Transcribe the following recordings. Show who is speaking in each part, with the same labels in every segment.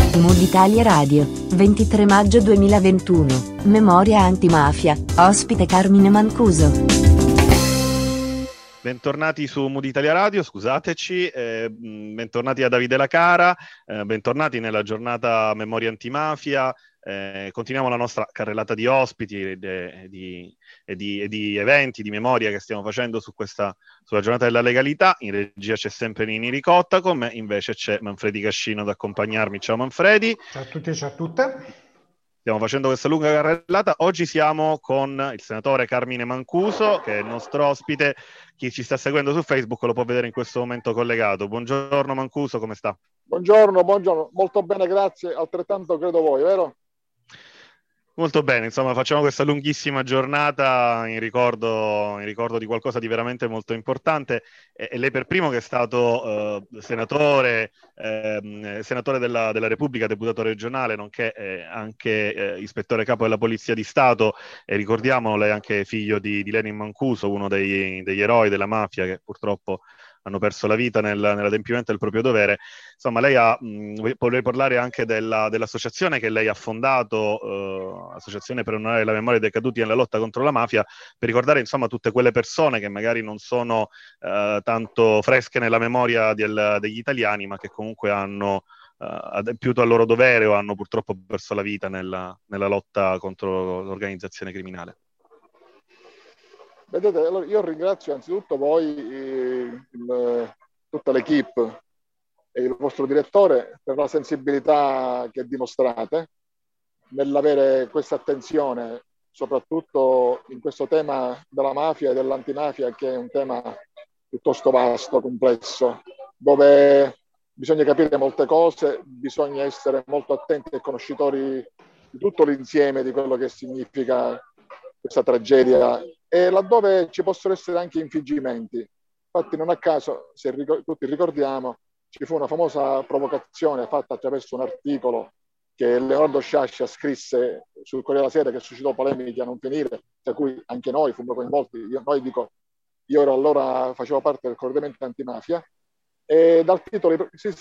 Speaker 1: Mood Italia Radio, 23 maggio 2021, Memoria antimafia, ospite Carmine Mancuso.
Speaker 2: Bentornati su Mood Italia Radio, scusateci, bentornati a Davide La Cara, bentornati nella giornata Memoria antimafia. Continuiamo la nostra carrellata di ospiti e di eventi di memoria che stiamo facendo sulla giornata della legalità. In regia c'è sempre Nini Ricotta, con me invece c'è Manfredi Cascino ad accompagnarmi. Ciao Manfredi.
Speaker 3: Ciao a tutti e ciao a tutte.
Speaker 2: Stiamo facendo questa lunga carrellata. Oggi siamo con il senatore Carmine Mancuso, che è il nostro ospite. Chi ci sta seguendo su Facebook lo può vedere in questo momento collegato. Buongiorno Mancuso, come sta?
Speaker 4: Buongiorno, molto bene, grazie, altrettanto credo voi, vero?
Speaker 2: Molto bene, insomma facciamo questa lunghissima giornata in ricordo di qualcosa di veramente molto importante e lei per primo che è stato senatore della Repubblica, deputato regionale, nonché anche ispettore capo della Polizia di Stato, e ricordiamo lei è anche figlio di Lenin Mancuso, uno degli eroi della mafia che purtroppo hanno perso la vita nell'adempimento del proprio dovere. Insomma, lei vorrei parlare anche dell'associazione che lei ha fondato, Associazione per onorare la memoria dei caduti nella lotta contro la mafia, per ricordare insomma tutte quelle persone che magari non sono tanto fresche nella memoria degli italiani, ma che comunque hanno adempiuto al loro dovere o hanno purtroppo perso la vita nella lotta contro l'organizzazione criminale.
Speaker 4: Vedete, allora io ringrazio anzitutto voi, tutta l'equipe e il vostro direttore per la sensibilità che dimostrate nell'avere questa attenzione, soprattutto in questo tema della mafia e dell'antimafia, che è un tema piuttosto vasto, complesso, dove bisogna capire molte cose, bisogna essere molto attenti e conoscitori di tutto l'insieme di quello che significa questa tragedia, e laddove ci possono essere anche infingimenti. Infatti non a caso, se tutti ricordiamo, ci fu una famosa provocazione fatta attraverso un articolo che Leonardo Sciascia scrisse sul Corriere della Sera, che suscitò polemiche a non finire, tra cui anche noi fummo coinvolti. Io ero allora, facevo parte del coordinamento antimafia, e dal titolo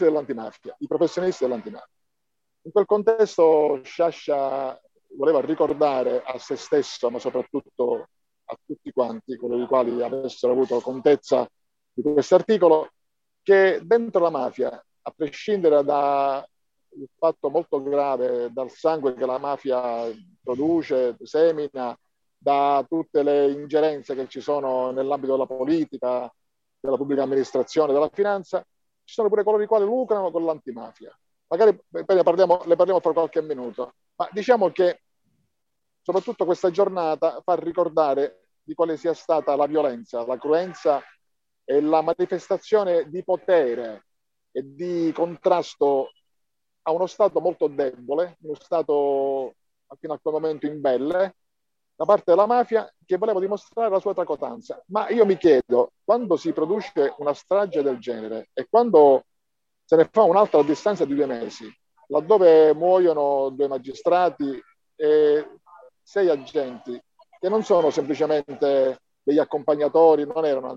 Speaker 4: I professionisti dell'antimafia. In quel contesto Sciascia voleva ricordare a se stesso, ma soprattutto a tutti quanti, coloro i quali avessero avuto contezza di questo articolo, che dentro la mafia, a prescindere dal fatto molto grave, dal sangue che la mafia produce, semina, da tutte le ingerenze che ci sono nell'ambito della politica, della pubblica amministrazione, della finanza, ci sono pure coloro i quali lucrano con l'antimafia. Magari ne parliamo fra qualche minuto, ma diciamo che soprattutto questa giornata fa ricordare di quale sia stata la violenza, la cruenza e la manifestazione di potere e di contrasto a uno Stato molto debole, uno Stato fino a quel momento imbelle, da parte della mafia, che voleva dimostrare la sua tracotanza. Ma io mi chiedo, quando si produce una strage del genere e quando se ne fa un'altra a distanza di 2 mesi, laddove muoiono 2 magistrati e 6 agenti, che non sono semplicemente degli accompagnatori, non erano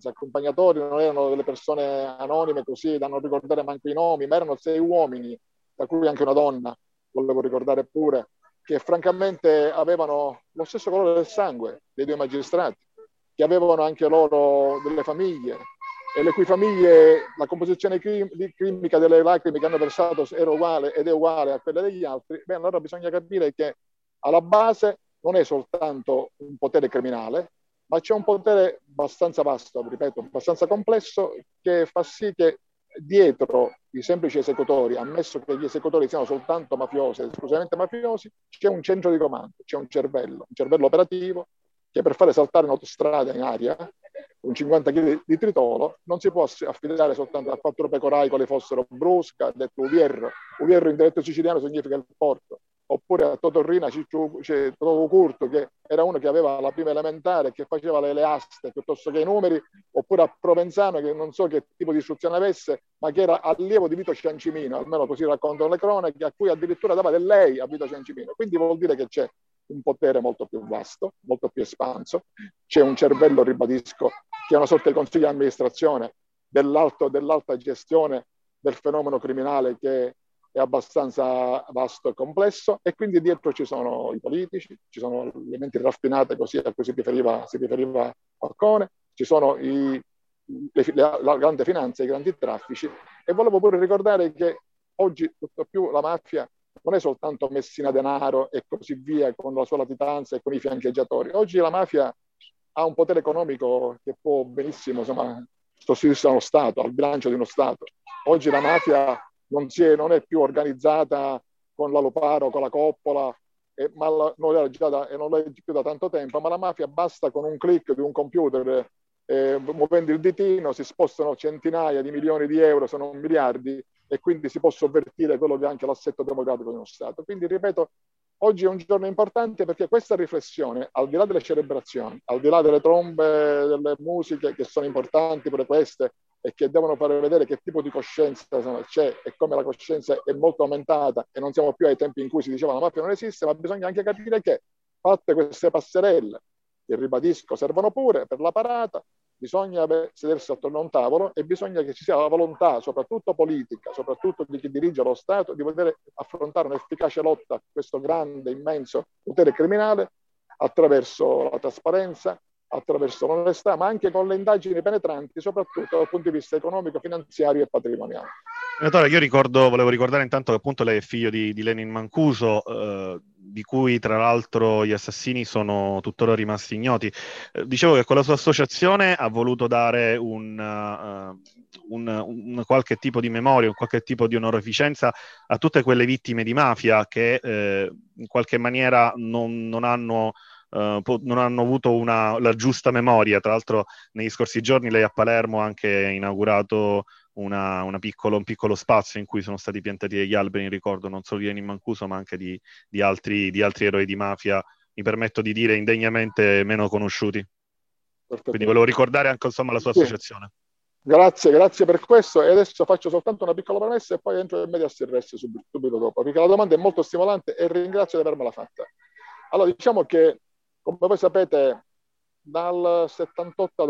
Speaker 4: delle persone anonime così da non ricordare manco i nomi, ma erano 6 uomini, da cui anche una donna, volevo ricordare pure, che francamente avevano lo stesso colore del sangue dei 2 magistrati, che avevano anche loro delle famiglie, e le cui famiglie, la composizione chimica delle lacrime che hanno versato era uguale ed è uguale a quella degli altri. Beh, allora bisogna capire che alla base non è soltanto un potere criminale, ma c'è un potere abbastanza vasto, ripeto, abbastanza complesso, che fa sì che dietro i semplici esecutori, ammesso che gli esecutori siano soltanto mafiosi, esclusivamente mafiosi, c'è un centro di comando, c'è un cervello operativo, che per fare saltare un'autostrada in aria con 50 kg di tritolo non si può affidare soltanto a 4 pecorai quali fossero Brusca, detto Uvierro in dialetto siciliano significa il porto, oppure a Totorrina Toto Curto, che era uno che aveva la prima elementare, che faceva le aste piuttosto che i numeri, oppure a Provenzano, che non so che tipo di istruzione avesse, ma che era allievo di Vito Ciancimino, almeno così raccontano le cronache, a cui addirittura dava del lei a Vito Ciancimino. Quindi vuol dire che c'è un potere molto più vasto, molto più espanso, c'è un cervello, ribadisco, che è una sorta di consiglio di amministrazione dell'alta gestione del fenomeno criminale che è abbastanza vasto e complesso, e quindi dietro ci sono i politici, ci sono le menti raffinate così a cui si riferiva Falcone, ci sono la grande finanza, i grandi traffici. E volevo pure ricordare che oggi tutto più la mafia non è soltanto Messina Denaro e così via, con la sua latitanza e con i fiancheggiatori. Oggi la mafia ha un potere economico che può benissimo, insomma, sostituirsi a uno Stato, al bilancio di uno Stato. Oggi la mafia non è più organizzata con la Luparo, con la Coppola, non è più da tanto tempo, ma la mafia basta con un click di un computer, muovendo il ditino si spostano centinaia di milioni di euro, se non miliardi, e quindi si può sovvertire quello che è anche l'assetto democratico di uno Stato. Quindi, ripeto, oggi è un giorno importante perché questa riflessione, al di là delle celebrazioni, al di là delle trombe, delle musiche, che sono importanti pure queste e che devono fare vedere che tipo di coscienza c'è e come la coscienza è molto aumentata, e non siamo più ai tempi in cui si diceva la mafia non esiste, ma bisogna anche capire che, fatte queste passerelle, che ribadisco servono pure per la parata, bisogna sedersi attorno a un tavolo e bisogna che ci sia la volontà, soprattutto politica, soprattutto di chi dirige lo Stato, di poter affrontare un'efficace lotta a questo grande, immenso potere criminale attraverso la trasparenza, attraverso l'onestà, ma anche con le indagini penetranti, soprattutto dal punto di vista economico, finanziario e patrimoniale.
Speaker 2: Senatore, volevo ricordare intanto che appunto lei è figlio di Lenin Mancuso, di cui tra l'altro gli assassini sono tuttora rimasti ignoti. Dicevo che con la sua associazione ha voluto dare un qualche tipo di memoria, un qualche tipo di onorificenza a tutte quelle vittime di mafia che in qualche maniera non hanno avuto la giusta memoria. Tra l'altro negli scorsi giorni lei a Palermo ha anche inaugurato un piccolo spazio in cui sono stati piantati degli alberi in ricordo non solo di Lenin Mancuso ma anche di altri eroi di mafia, mi permetto di dire indegnamente meno conosciuti. Quindi volevo ricordare anche insomma la sua associazione.
Speaker 4: Grazie per questo, e adesso faccio soltanto una piccola premessa e poi entro in medias res subito dopo, perché la domanda è molto stimolante e ringrazio di avermela fatta. Allora, diciamo che, come voi sapete, dal 78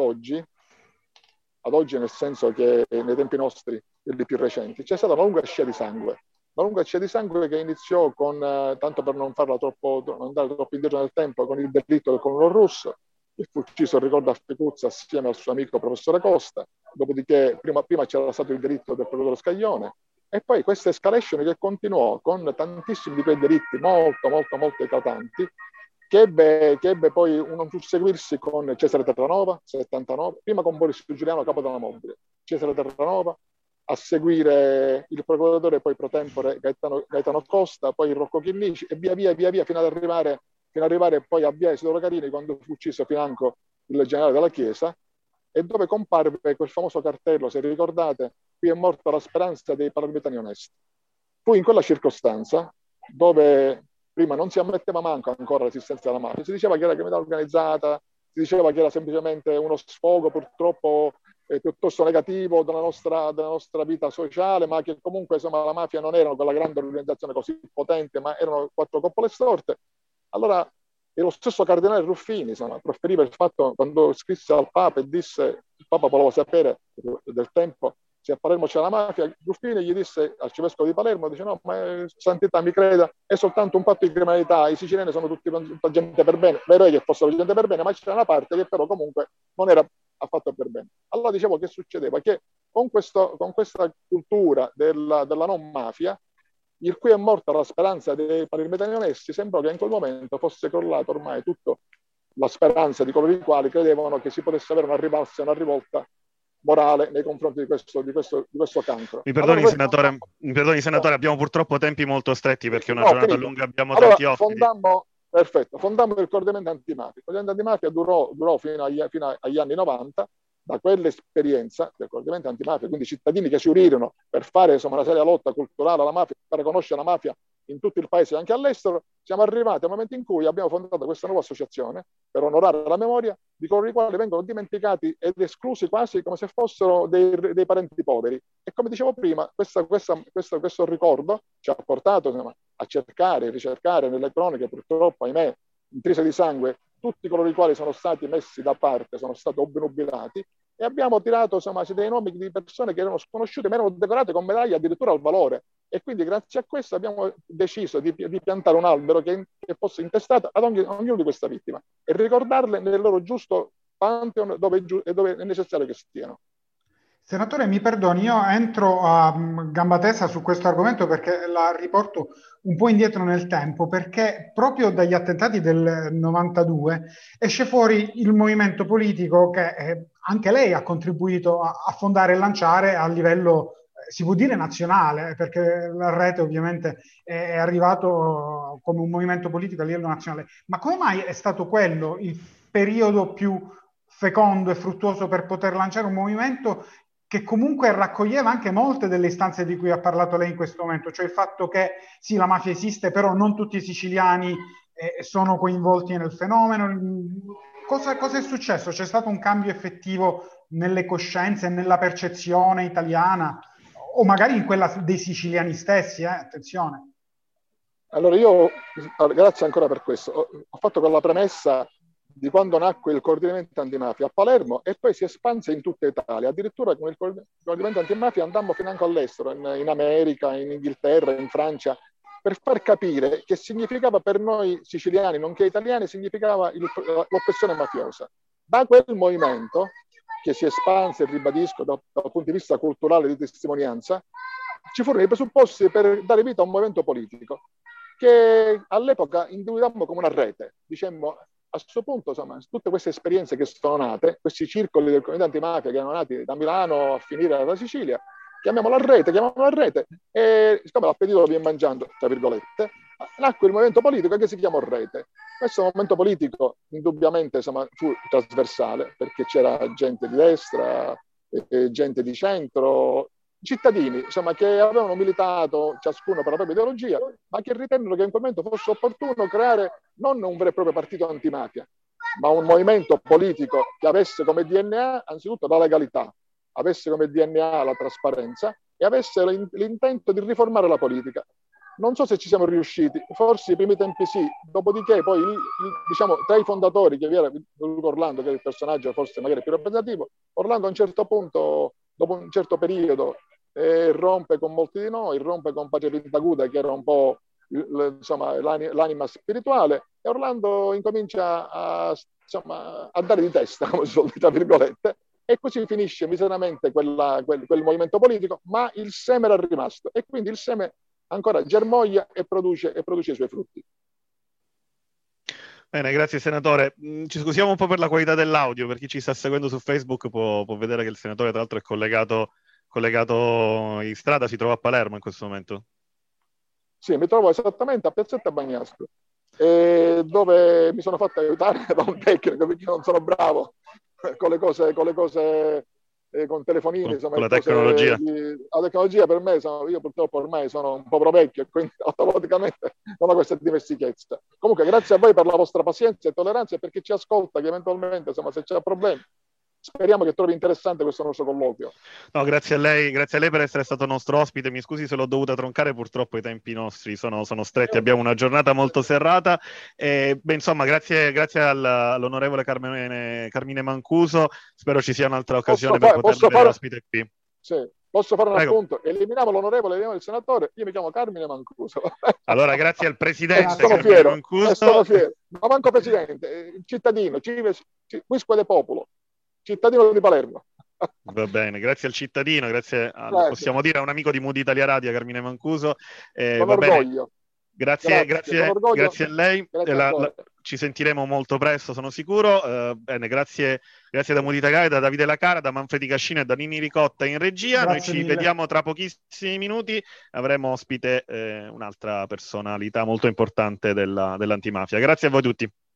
Speaker 4: ad oggi, nel senso che nei tempi nostri, quelli più recenti, c'è stata una lunga scia di sangue. Una lunga scia di sangue che iniziò con, tanto per non andare troppo indietro nel tempo, con il delitto del colonnello Russo, che fu ucciso, ricordo, a Fecuzza assieme al suo amico professore Costa. Dopodiché prima c'era stato il delitto del procuratore Scaglione, e poi questa escalation che continuò con tantissimi di quei delitti molto eclatanti, che ebbe poi un susseguirsi con Cesare Terranova, 79, prima con Boris Giuliano, capo della Mobile, Cesare Terranova, a seguire il procuratore poi pro tempore Gaetano Costa, poi Rocco Chinnici, e via via fino ad arrivare poi a via Isidoro Carini, quando fu ucciso a Financo il generale della Chiesa, e dove comparve quel famoso cartello, se ricordate: qui è morta la speranza dei palermitani onesti. Fu in quella circostanza dove prima non si ammetteva manco ancora l'esistenza della mafia, si diceva che era criminalità organizzata, si diceva che era semplicemente uno sfogo purtroppo piuttosto negativo della nostra vita sociale, ma che comunque insomma la mafia non era quella grande organizzazione così potente, ma erano quattro coppole storte. Allora, e lo stesso cardinale Ruffini proferiva il fatto, quando scrisse al Papa e disse, il Papa voleva sapere del tempo se a Palermo c'era la mafia, Ruffini gli disse, arcivescovo di Palermo, dice: no, ma santità, mi creda, è soltanto un patto di criminalità, i siciliani sono tutti gente per bene. Vero è che fossero gente per bene, ma c'era una parte che però comunque non era affatto per bene. Allora, dicevo, che succedeva? Che con questa cultura della non mafia, il cui è morta la speranza dei palermitani onesti, sembrò che in quel momento fosse crollata ormai tutta la speranza di coloro i quali credevano che si potesse avere una rivolta morale nei confronti di questo cancro.
Speaker 2: Mi perdoni, senatore, abbiamo purtroppo tempi molto stretti perché è una giornata lunga, abbiamo tanti ospiti.
Speaker 4: Fondammo il coordinamento antimafia. Il coordinamento antimafia durò fino agli anni 90. Da quell'esperienza del coordinamento antimafia, quindi cittadini che si unirono per fare una seria lotta culturale alla mafia, per riconoscere la mafia in tutto il paese e anche all'estero, siamo arrivati al momento in cui abbiamo fondato questa nuova associazione per onorare la memoria di coloro i quali vengono dimenticati ed esclusi quasi come se fossero dei parenti poveri. E come dicevo prima, questo ricordo ci ha portato a cercare e ricercare nelle croniche, purtroppo, ahimè, intrise di sangue, tutti coloro i quali sono stati messi da parte, sono stati obnubilati, e abbiamo tirato dei nomi di persone che erano sconosciute, ma erano decorate con medaglie addirittura al valore. E quindi grazie a questo abbiamo deciso di piantare un albero che fosse intestato ad ognuno di questa vittima e ricordarle nel loro giusto pantheon dove è necessario che stiano.
Speaker 3: Senatore, mi perdoni, io entro a gamba tesa su questo argomento perché la riporto un po' indietro nel tempo, perché proprio dagli attentati del 92 esce fuori il movimento politico che anche lei ha contribuito a fondare e lanciare a livello, si può dire nazionale, perché la rete ovviamente è arrivato come un movimento politico a livello nazionale. Ma come mai è stato quello il periodo più fecondo e fruttuoso per poter lanciare un movimento che comunque raccoglieva anche molte delle istanze di cui ha parlato lei in questo momento, cioè il fatto che sì, la mafia esiste, però non tutti i siciliani sono coinvolti nel fenomeno. Cosa è successo? C'è stato un cambio effettivo nelle coscienze, nella percezione italiana, o magari in quella dei siciliani stessi, attenzione.
Speaker 4: Allora io, grazie ancora per questo, ho fatto quella premessa di quando nacque il coordinamento antimafia a Palermo e poi si espanse in tutta Italia. Addirittura con il coordinamento antimafia andammo fino anche all'estero, in America, in Inghilterra, in Francia, per far capire che significava per noi siciliani, nonché italiani, significava l'oppressione mafiosa. Da quel movimento, che si espanse, ribadisco, dal punto di vista culturale di testimonianza, ci furono i presupposti per dare vita a un movimento politico che all'epoca individuammo come una rete. Dicemmo, a questo punto, insomma, tutte queste esperienze che sono nate, questi circoli del comunità antimafia che erano nati da Milano a finire dalla Sicilia, chiamiamola rete, e siccome l'appetito lo viene mangiando, tra virgolette, nacque il movimento politico che si chiamò rete. Questo movimento politico indubbiamente, insomma, fu trasversale, perché c'era gente di destra, gente di centro, cittadini, insomma, che avevano militato ciascuno per la propria ideologia, ma che ritennero che in quel momento fosse opportuno creare non un vero e proprio partito antimafia, ma un movimento politico che avesse come DNA anzitutto la legalità, avesse come DNA la trasparenza e avesse l'intento di riformare la politica. Non so se ci siamo riusciti, forse i primi tempi sì, dopodiché poi diciamo, tra i fondatori che vi era Orlando, che è il personaggio forse magari più rappresentativo, Orlando a un certo punto, dopo un certo periodo, rompe con molti di noi, rompe con Pace Pintaguda, che era un po' l'anima spirituale, e Orlando incomincia a dare di testa, come si suol dire, tra virgolette, e così finisce miseramente quel movimento politico, ma il seme era rimasto, e quindi il seme ancora germoglia e produce i suoi frutti.
Speaker 2: Bene, grazie senatore. Ci scusiamo un po' per la qualità dell'audio, per chi ci sta seguendo su Facebook può vedere che il senatore tra l'altro è collegato in strada, si trova a Palermo in questo momento.
Speaker 4: Sì, mi trovo esattamente a Piazzetta Bagnasco, dove mi sono fatto aiutare da un tecnico, perché non sono bravo con le cose con telefonini, insomma,
Speaker 2: con la tecnologia.
Speaker 4: La tecnologia per me, io purtroppo ormai sono un po' vecchio e quindi automaticamente non ho questa dimestichezza. Comunque grazie a voi per la vostra pazienza e tolleranza e per chi ci ascolta, che eventualmente, insomma, se c'è problemi, speriamo che trovi interessante questo nostro colloquio.
Speaker 2: No, grazie a lei per essere stato nostro ospite. Mi scusi se l'ho dovuta troncare, purtroppo i tempi nostri sono stretti, abbiamo una giornata molto serrata. Insomma, grazie all'onorevole Carmine Mancuso. Spero ci sia un'altra occasione per poter avere ospite qui.
Speaker 4: Sì, posso fare un appunto? Eliminavo l'onorevole, eliminavo il senatore, io mi chiamo Carmine Mancuso.
Speaker 2: Allora, grazie al presidente
Speaker 4: sono fiero,
Speaker 2: Mancuso.
Speaker 4: Sono fiero. Ma manco presidente, cittadino, quisque de popolo. Cittadino di Palermo.
Speaker 2: Va bene, grazie al cittadino, grazie. Possiamo dire a un amico di Mood Italia Radio, Carmine Mancuso.
Speaker 4: Con orgoglio.
Speaker 2: Grazie a lei. Ci sentiremo molto presto, sono sicuro. Bene, grazie da Mood Italia, da Davide Lacara, da Manfredi Cascina e da Nini Ricotta in regia. Noi ci vediamo tra pochissimi minuti. Avremo ospite un'altra personalità molto importante dell'antimafia. Grazie a voi tutti.